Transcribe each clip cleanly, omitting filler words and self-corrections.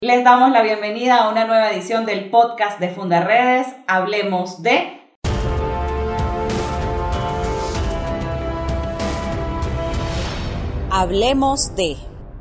Les damos la bienvenida a una nueva edición del podcast de Fundarredes. Hablemos de... Hablemos de...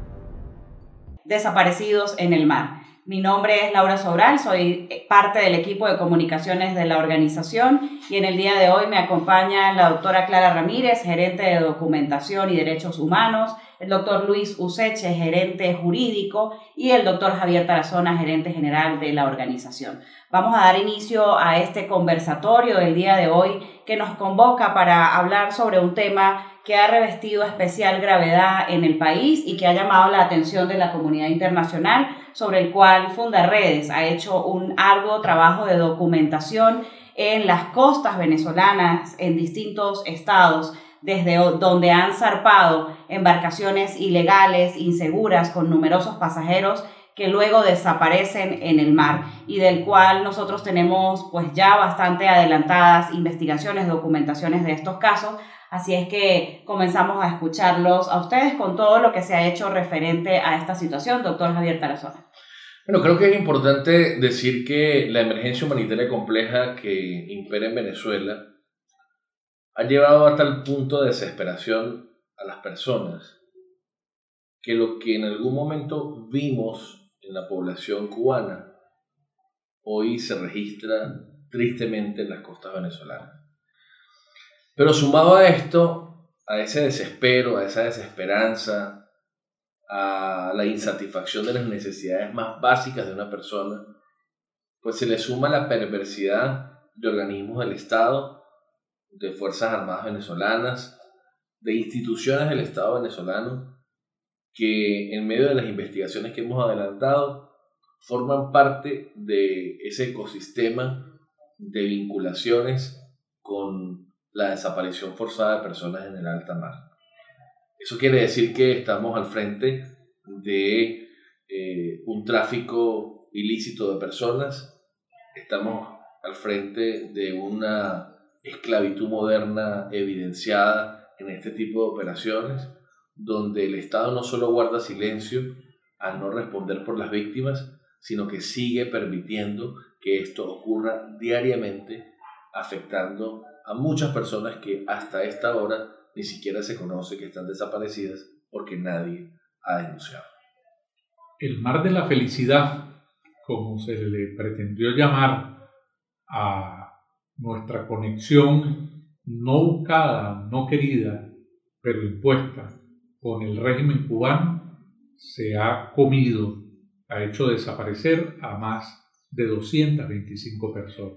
Desaparecidos en el mar. Mi nombre es Laura Sobral, soy parte del equipo de comunicaciones de la organización y en el día de hoy me acompaña la doctora Clara Ramírez, gerente de documentación y derechos humanos, el doctor Luis Useche, gerente jurídico, y el doctor Javier Tarazona, gerente general de la organización. Vamos a dar inicio a este conversatorio del día de hoy que nos convoca para hablar sobre un tema que ha revestido especial gravedad en el país y que ha llamado la atención de la comunidad internacional, sobre el cual Fundarredes ha hecho un arduo trabajo de documentación en las costas venezolanas, en distintos estados, desde donde han zarpado embarcaciones ilegales, inseguras, con numerosos pasajeros que luego desaparecen en el mar y del cual nosotros tenemos pues ya bastante adelantadas investigaciones, documentaciones de estos casos. Así es que comenzamos a escucharlos a ustedes con todo lo que se ha hecho referente a esta situación. Doctor Javier Tarazona. Bueno, creo que es importante decir que la emergencia humanitaria compleja que impera en Venezuela ha llevado hasta el punto de desesperación a las personas, que lo que en algún momento vimos en la población cubana, hoy se registra tristemente en las costas venezolanas. Pero sumado a esto, a ese desespero, a esa desesperanza, a la insatisfacción de las necesidades más básicas de una persona, pues se le suma la perversidad de organismos del Estado, de Fuerzas Armadas venezolanas, de instituciones del Estado venezolano, que en medio de las investigaciones que hemos adelantado, forman parte de ese ecosistema de vinculaciones con la desaparición forzada de personas en el alta mar. Eso quiere decir que estamos al frente de un tráfico ilícito de personas, estamos al frente de una esclavitud moderna evidenciada en este tipo de operaciones, donde el Estado no solo guarda silencio al no responder por las víctimas, sino que sigue permitiendo que esto ocurra diariamente, afectando a muchas personas que hasta esta hora ni siquiera se conoce que están desaparecidas porque nadie ha denunciado. El mar de la felicidad, como se le pretendió llamar a nuestra conexión no buscada, no querida, pero impuesta con el régimen cubano, se ha comido, ha hecho desaparecer a más de 225 personas.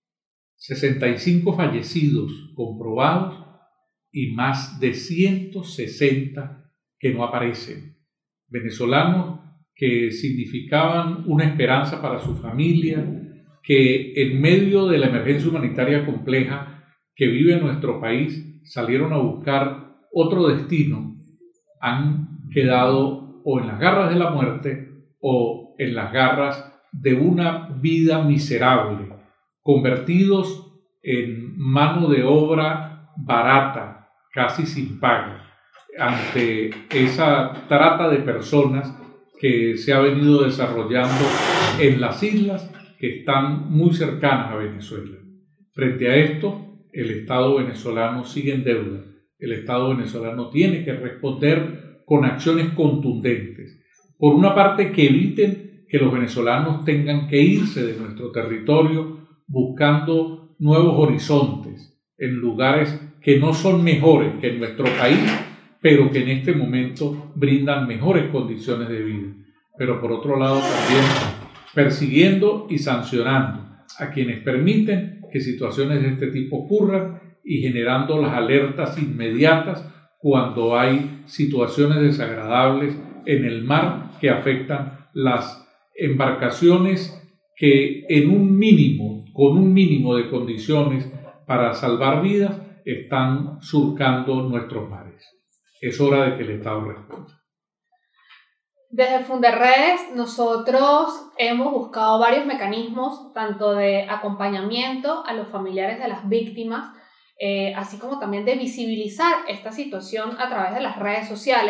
65 fallecidos comprobados y más de 160 que no aparecen. Venezolanos que significaban una esperanza para su familia, que en medio de la emergencia humanitaria compleja que vive nuestro país salieron a buscar otro destino, han quedado o en las garras de la muerte o en las garras de una vida miserable, convertidos en mano de obra barata, casi sin paga, ante esa trata de personas que se ha venido desarrollando en las islas que están muy cercanas a Venezuela. Frente a esto, el Estado venezolano sigue en deuda. El Estado venezolano tiene que responder con acciones contundentes. Por una parte, que eviten que los venezolanos tengan que irse de nuestro territorio buscando nuevos horizontes en lugares que no son mejores que en nuestro país, pero que en este momento brindan mejores condiciones de vida. Pero por otro lado también persiguiendo y sancionando a quienes permiten que situaciones de este tipo ocurran y generando las alertas inmediatas cuando hay situaciones desagradables en el mar que afectan las embarcaciones que con un mínimo de condiciones para salvar vidas están surcando nuestros mares. Es hora de que el Estado responda. Desde Fundarredes nosotros hemos buscado varios mecanismos, tanto de acompañamiento a los familiares de las víctimas, así como también de visibilizar esta situación a través de las redes sociales,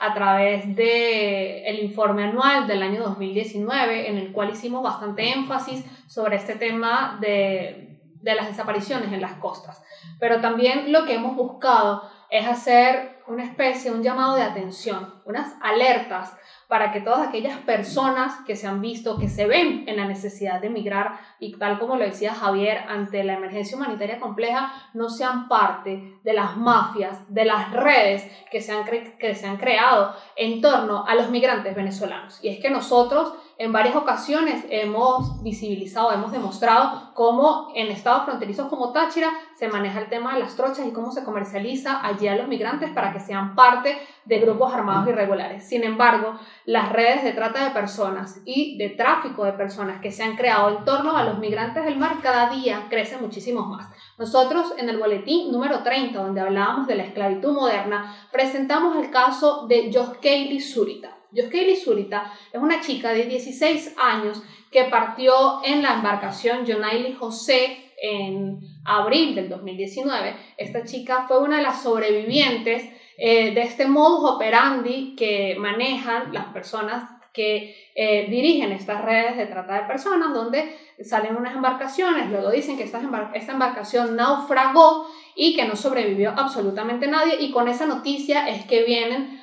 a través del informe anual del año 2019, en el cual hicimos bastante énfasis sobre este tema de las desapariciones en las costas. Pero también lo que hemos buscado es hacer una especie, un llamado de atención, unas alertas para que todas aquellas personas que se han visto, que se ven en la necesidad de emigrar, y tal como lo decía Javier, ante la emergencia humanitaria compleja, no sean parte de las mafias, de las redes que se han creado en torno a los migrantes venezolanos. Y es que nosotros en varias ocasiones hemos visibilizado, hemos demostrado cómo en estados fronterizos como Táchira se maneja el tema de las trochas y cómo se comercializa allí a los migrantes para que sean parte de grupos armados irregulares. Sin embargo, las redes de trata de personas y de tráfico de personas que se han creado en torno a los migrantes del mar cada día crecen muchísimos más. Nosotros en el boletín número 30, donde hablábamos de la esclavitud moderna, presentamos el caso de Yoskayli Zurita. Yoskayli Zurita es una chica de 16 años que partió en la embarcación Yonaili José en abril del 2019. Esta chica fue una de las sobrevivientes de este modus operandi que manejan las personas que dirigen estas redes de trata de personas, donde salen unas embarcaciones, luego dicen que esta embarcación naufragó y que no sobrevivió absolutamente nadie, y con esa noticia es que vienen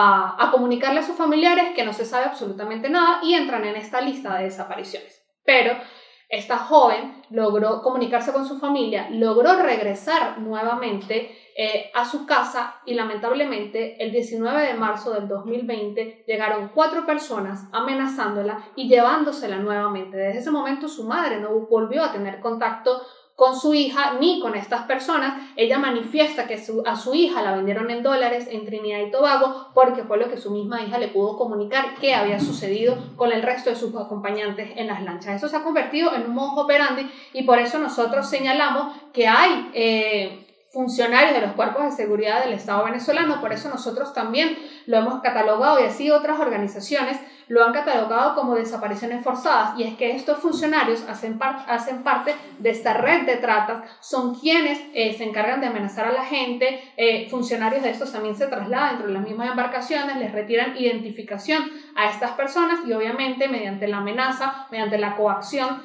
a comunicarle a sus familiares que no se sabe absolutamente nada y entran en esta lista de desapariciones. Pero esta joven logró comunicarse con su familia, logró regresar nuevamente a su casa, y lamentablemente el 19 de marzo del 2020 llegaron 4 personas amenazándola y llevándosela nuevamente. Desde ese momento su madre no volvió a tener contacto con su hija ni con estas personas. Ella manifiesta que a su hija la vendieron en dólares en Trinidad y Tobago, porque fue lo que su misma hija le pudo comunicar que había sucedido con el resto de sus acompañantes en las lanchas. Eso se ha convertido en un modus operandi, y por eso nosotros señalamos que hay funcionarios de los cuerpos de seguridad del Estado venezolano. Por eso nosotros también lo hemos catalogado, y así otras organizaciones lo han catalogado como desapariciones forzadas. Y es que estos funcionarios hacen parte de esta red de tratas, son quienes se encargan de amenazar a la gente. Funcionarios de estos también se trasladan dentro de las mismas embarcaciones, les retiran identificación a estas personas, y obviamente mediante la amenaza, mediante la coacción,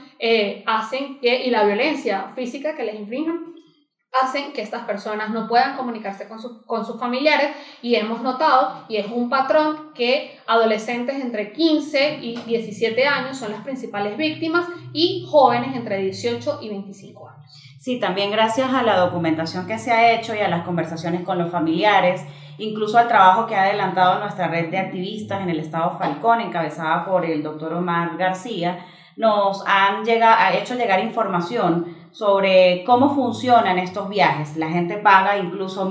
y la violencia física que les infringen, hacen que estas personas no puedan comunicarse con sus familiares. Y hemos notado, y es un patrón, que adolescentes entre 15 y 17 años son las principales víctimas, y jóvenes entre 18 y 25 años. Sí, también gracias a la documentación que se ha hecho y a las conversaciones con los familiares, incluso al trabajo que ha adelantado nuestra red de activistas en el estado Falcón, encabezada por el doctor Omar García, nos han hecho llegar información sobre cómo funcionan estos viajes. La gente paga incluso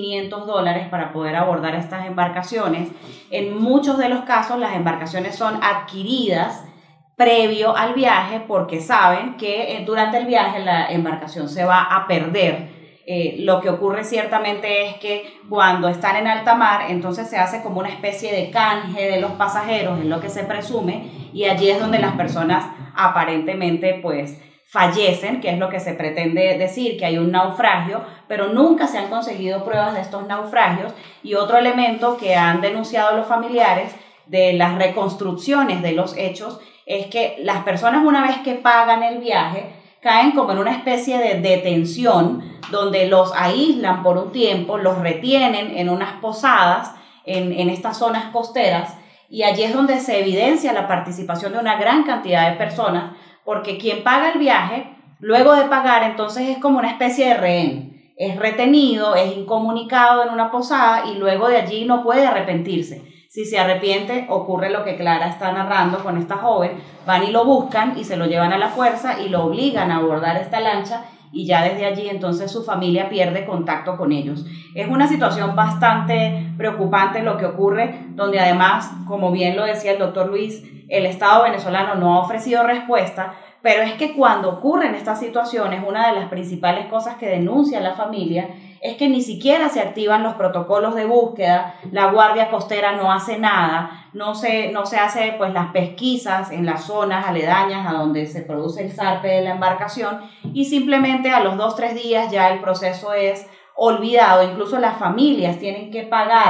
$1.500 para poder abordar estas embarcaciones. En muchos de los casos las embarcaciones son adquiridas previo al viaje, porque saben que durante el viaje la embarcación se va a perder. Lo que ocurre ciertamente es que cuando están en alta mar, entonces se hace como una especie de canje de los pasajeros, es lo que se presume, y allí es donde las personas aparentemente pues fallecen, que es lo que se pretende decir, que hay un naufragio, pero nunca se han conseguido pruebas de estos naufragios. Y otro elemento que han denunciado los familiares de las reconstrucciones de los hechos es que las personas, una vez que pagan el viaje, caen como en una especie de detención, donde los aíslan por un tiempo, los retienen en unas posadas en estas zonas costeras, y allí es donde se evidencia la participación de una gran cantidad de personas, porque quien paga el viaje, luego de pagar, entonces es como una especie de rehén, es retenido, es incomunicado en una posada, y luego de allí no puede arrepentirse. Si se arrepiente, ocurre lo que Clara está narrando con esta joven: van y lo buscan y se lo llevan a la fuerza y lo obligan a abordar esta lancha, y ya desde allí entonces su familia pierde contacto con ellos. Es una situación bastante preocupante lo que ocurre, donde además, como bien lo decía el doctor Luis, el Estado venezolano no ha ofrecido respuesta. Pero es que cuando ocurren estas situaciones, una de las principales cosas que denuncia la familia es que ni siquiera se activan los protocolos de búsqueda, la Guardia Costera no hace nada, no se hace pues las pesquisas en las zonas aledañas a donde se produce el zarpe de la embarcación, y simplemente a los 2-3 días ya el proceso es olvidado. Incluso las familias tienen que pagar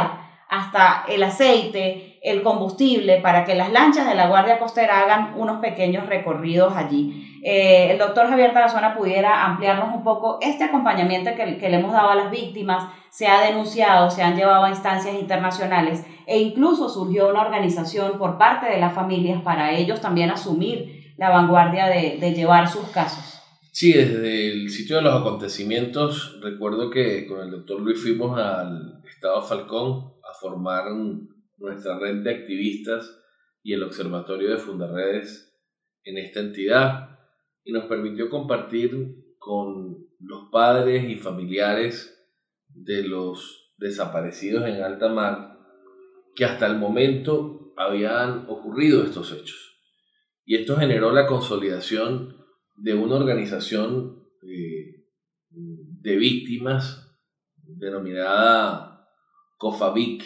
hasta el aceite, el combustible, para que las lanchas de la Guardia Costera hagan unos pequeños recorridos allí. El doctor Javier Tarazona pudiera ampliarnos un poco este acompañamiento que le hemos dado a las víctimas. Se ha denunciado, se han llevado a instancias internacionales e incluso surgió una organización por parte de las familias para ellos también asumir la vanguardia de llevar sus casos. Sí, desde el sitio de los acontecimientos, recuerdo que con el doctor Luis fuimos al Estado Falcón a formar nuestra red de activistas y el observatorio de Fundarredes en esta entidad, y nos permitió compartir con los padres y familiares de los desaparecidos en alta mar que hasta el momento habían ocurrido estos hechos. Y esto generó la consolidación de una organización de víctimas denominada COFAVIC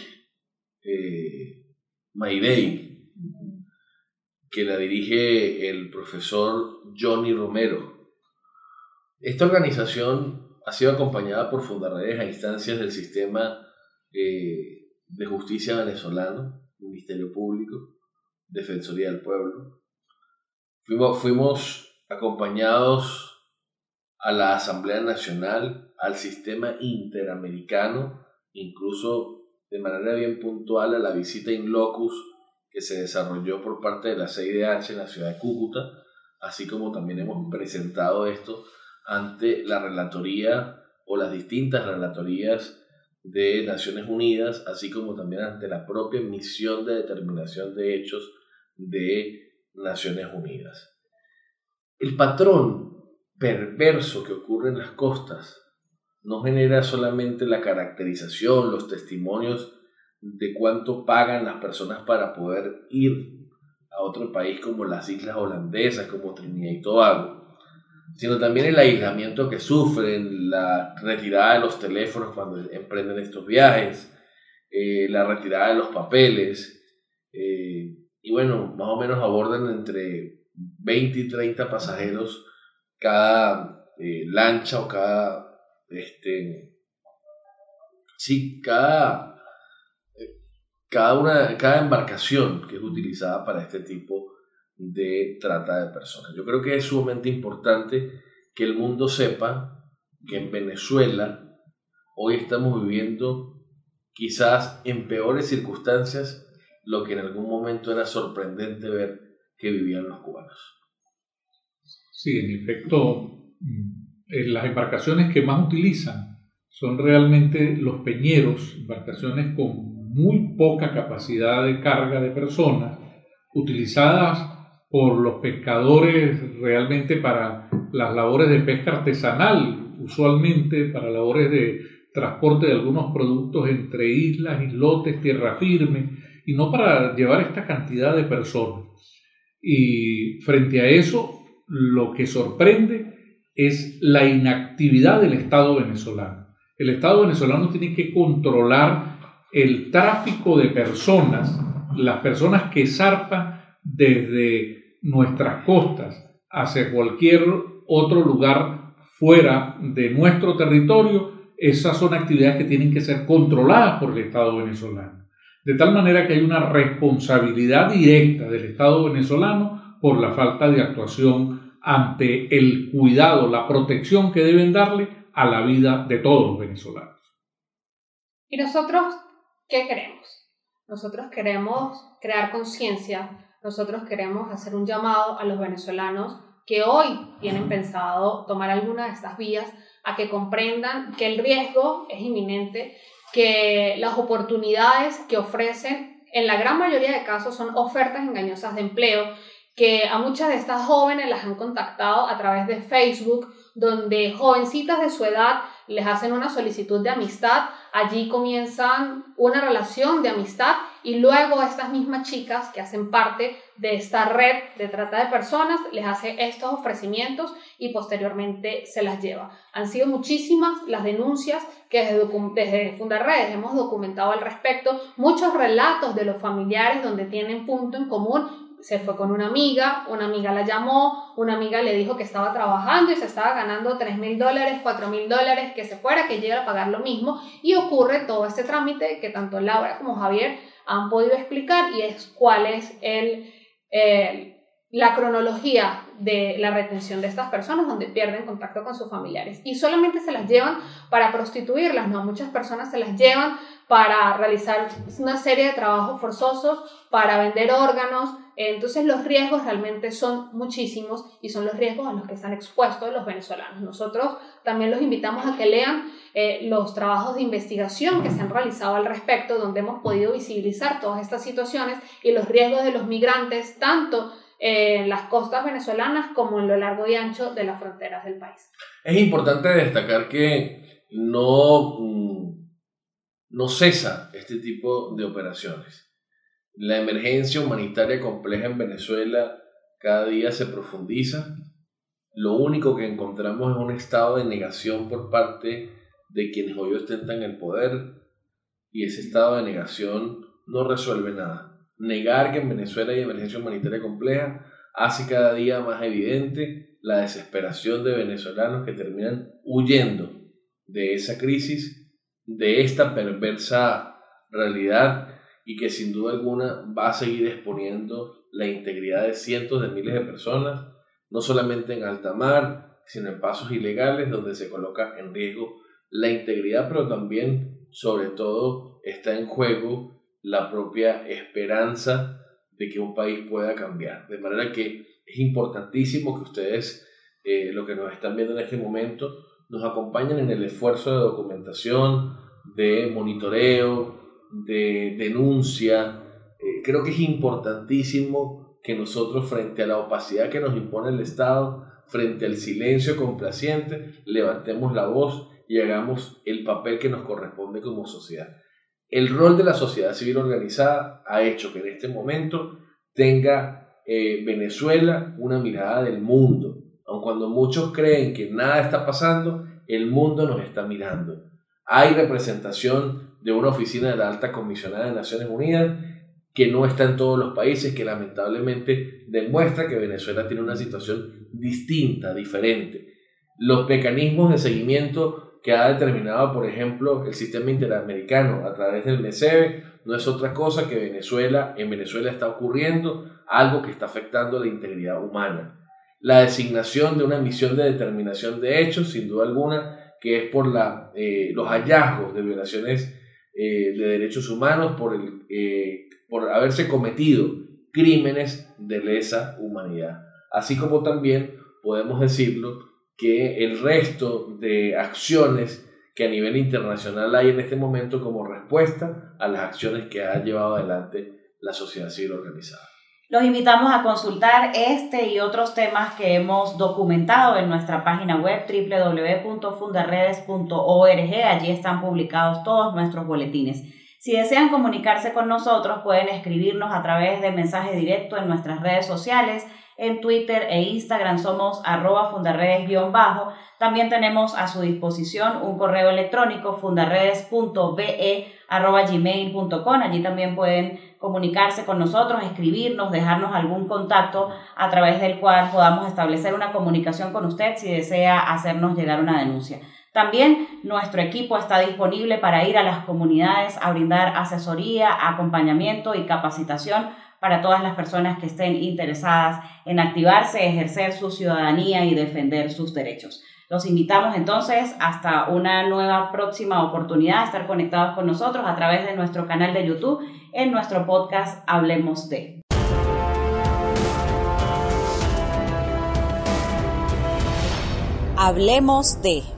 Mayday, que la dirige el profesor Johnny Romero. Esta organización ha sido acompañada por Fundarredes a instancias del sistema de justicia venezolano, Ministerio Público, Defensoría del Pueblo. Fuimos acompañados a la Asamblea Nacional, al sistema interamericano, incluso de manera bien puntual a la visita in locus que se desarrolló por parte de la CIDH en la ciudad de Cúcuta, así como también hemos presentado esto ante la relatoría o las distintas relatorías de Naciones Unidas, así como también ante la propia misión de determinación de hechos de Naciones Unidas. El patrón perverso que ocurre en las costas no genera solamente la caracterización, los testimonios de cuánto pagan las personas para poder ir a otro país como las islas holandesas, como Trinidad y Tobago, sino también el aislamiento que sufren, la retirada de los teléfonos cuando emprenden estos viajes, la retirada de los papeles, y bueno, más o menos abordan entre 20 y 30 pasajeros cada lancha o cada cada embarcación que es utilizada para este tipo de trata de personas. Yo creo que es sumamente importante que el mundo sepa que en Venezuela hoy estamos viviendo quizás en peores circunstancias lo que en algún momento era sorprendente ver que vivían los cubanos. Sí, en efecto, las embarcaciones que más utilizan son realmente los peñeros, embarcaciones con muy poca capacidad de carga de personas, utilizadas por los pescadores realmente para las labores de pesca artesanal, usualmente para labores de transporte de algunos productos entre islas, islotes, tierra firme, y no para llevar esta cantidad de personas. Y frente a eso, lo que sorprende es la inactividad del Estado venezolano. El Estado venezolano tiene que controlar el tráfico de personas, las personas que zarpan desde nuestras costas hacia cualquier otro lugar fuera de nuestro territorio. Esas son actividades que tienen que ser controladas por el Estado venezolano. De tal manera que hay una responsabilidad directa del Estado venezolano por la falta de actuación ante el cuidado, la protección que deben darle a la vida de todos los venezolanos. ¿Y nosotros qué queremos? Nosotros queremos crear conciencia, nosotros queremos hacer un llamado a los venezolanos que hoy tienen pensado tomar alguna de estas vías a que comprendan que el riesgo es inminente, que las oportunidades que ofrecen en la gran mayoría de casos son ofertas engañosas de empleo, que a muchas de estas jóvenes las han contactado a través de Facebook, donde jovencitas de su edad les hacen una solicitud de amistad, allí comienzan una relación de amistad y luego estas mismas chicas que hacen parte de esta red de trata de personas les hace estos ofrecimientos y posteriormente se las lleva. Han sido muchísimas las denuncias que desde Fundarredes hemos documentado al respecto, muchos relatos de los familiares donde tienen punto en común se fue con una amiga la llamó, una amiga le dijo que estaba trabajando y se estaba ganando $3,000, $4,000, que se fuera, que llegara a pagar lo mismo, y ocurre todo este trámite que tanto Laura como Javier han podido explicar, y es cuál es la cronología de la retención de estas personas, donde pierden contacto con sus familiares y solamente se las llevan para prostituirlas, ¿no? Muchas personas se las llevan para realizar una serie de trabajos forzosos, para vender órganos. Entonces los riesgos realmente son muchísimos y son los riesgos a los que están expuestos los venezolanos. Nosotros también los invitamos a que lean los trabajos de investigación que se han realizado al respecto, donde hemos podido visibilizar todas estas situaciones y los riesgos de los migrantes, tanto en las costas venezolanas como en lo largo y ancho de las fronteras del país. Es importante destacar que no cesa este tipo de operaciones. La emergencia humanitaria compleja en Venezuela cada día se profundiza. Lo único que encontramos es un estado de negación por parte de quienes hoy ostentan el poder, y ese estado de negación no resuelve nada. Negar que en Venezuela hay emergencia humanitaria compleja hace cada día más evidente la desesperación de venezolanos que terminan huyendo de esa crisis, de esta perversa realidad, y que sin duda alguna va a seguir exponiendo la integridad de cientos de miles de personas, no solamente en alta mar, sino en pasos ilegales donde se coloca en riesgo la integridad, pero también, sobre todo, está en juego la propia esperanza de que un país pueda cambiar. De manera que es importantísimo que ustedes, lo que nos están viendo en este momento, nos acompañen en el esfuerzo de documentación, de monitoreo, de denuncia. Creo que es importantísimo que nosotros, frente a la opacidad que nos impone el Estado, frente al silencio complaciente, levantemos la voz y hagamos el papel que nos corresponde como sociedad. El rol de la sociedad civil organizada ha hecho que en este momento tenga Venezuela una mirada del mundo. Aun cuando muchos creen que nada está pasando, el mundo nos está mirando. Hay representación de una oficina de la Alta Comisionada de Naciones Unidas que no está en todos los países, que lamentablemente demuestra que Venezuela tiene una situación distinta, diferente. Los mecanismos de seguimiento que ha determinado, por ejemplo, el sistema interamericano a través del MECEBE, no es otra cosa que en Venezuela está ocurriendo algo que está afectando la integridad humana. La designación de una misión de determinación de hechos, sin duda alguna, que es por los hallazgos de violaciones de derechos humanos, por haberse cometido crímenes de lesa humanidad. Así como también podemos decirlo que el resto de acciones que a nivel internacional hay en este momento como respuesta a las acciones que ha llevado adelante la sociedad civil organizada. Los invitamos a consultar este y otros temas que hemos documentado en nuestra página web www.fundaredes.org. Allí están publicados todos nuestros boletines. Si desean comunicarse con nosotros, pueden escribirnos a través de mensaje directo en nuestras redes sociales. En Twitter e Instagram somos @fundaredes_. También tenemos a su disposición un correo electrónico fundaredes.be@gmail.com. Allí también pueden comunicarse con nosotros, escribirnos, dejarnos algún contacto a través del cual podamos establecer una comunicación con usted si desea hacernos llegar una denuncia. También nuestro equipo está disponible para ir a las comunidades a brindar asesoría, acompañamiento y capacitación para todas las personas que estén interesadas en activarse, ejercer su ciudadanía y defender sus derechos. Los invitamos entonces hasta una nueva próxima oportunidad de estar conectados con nosotros a través de nuestro canal de YouTube en nuestro podcast Hablemos de. Hablemos de.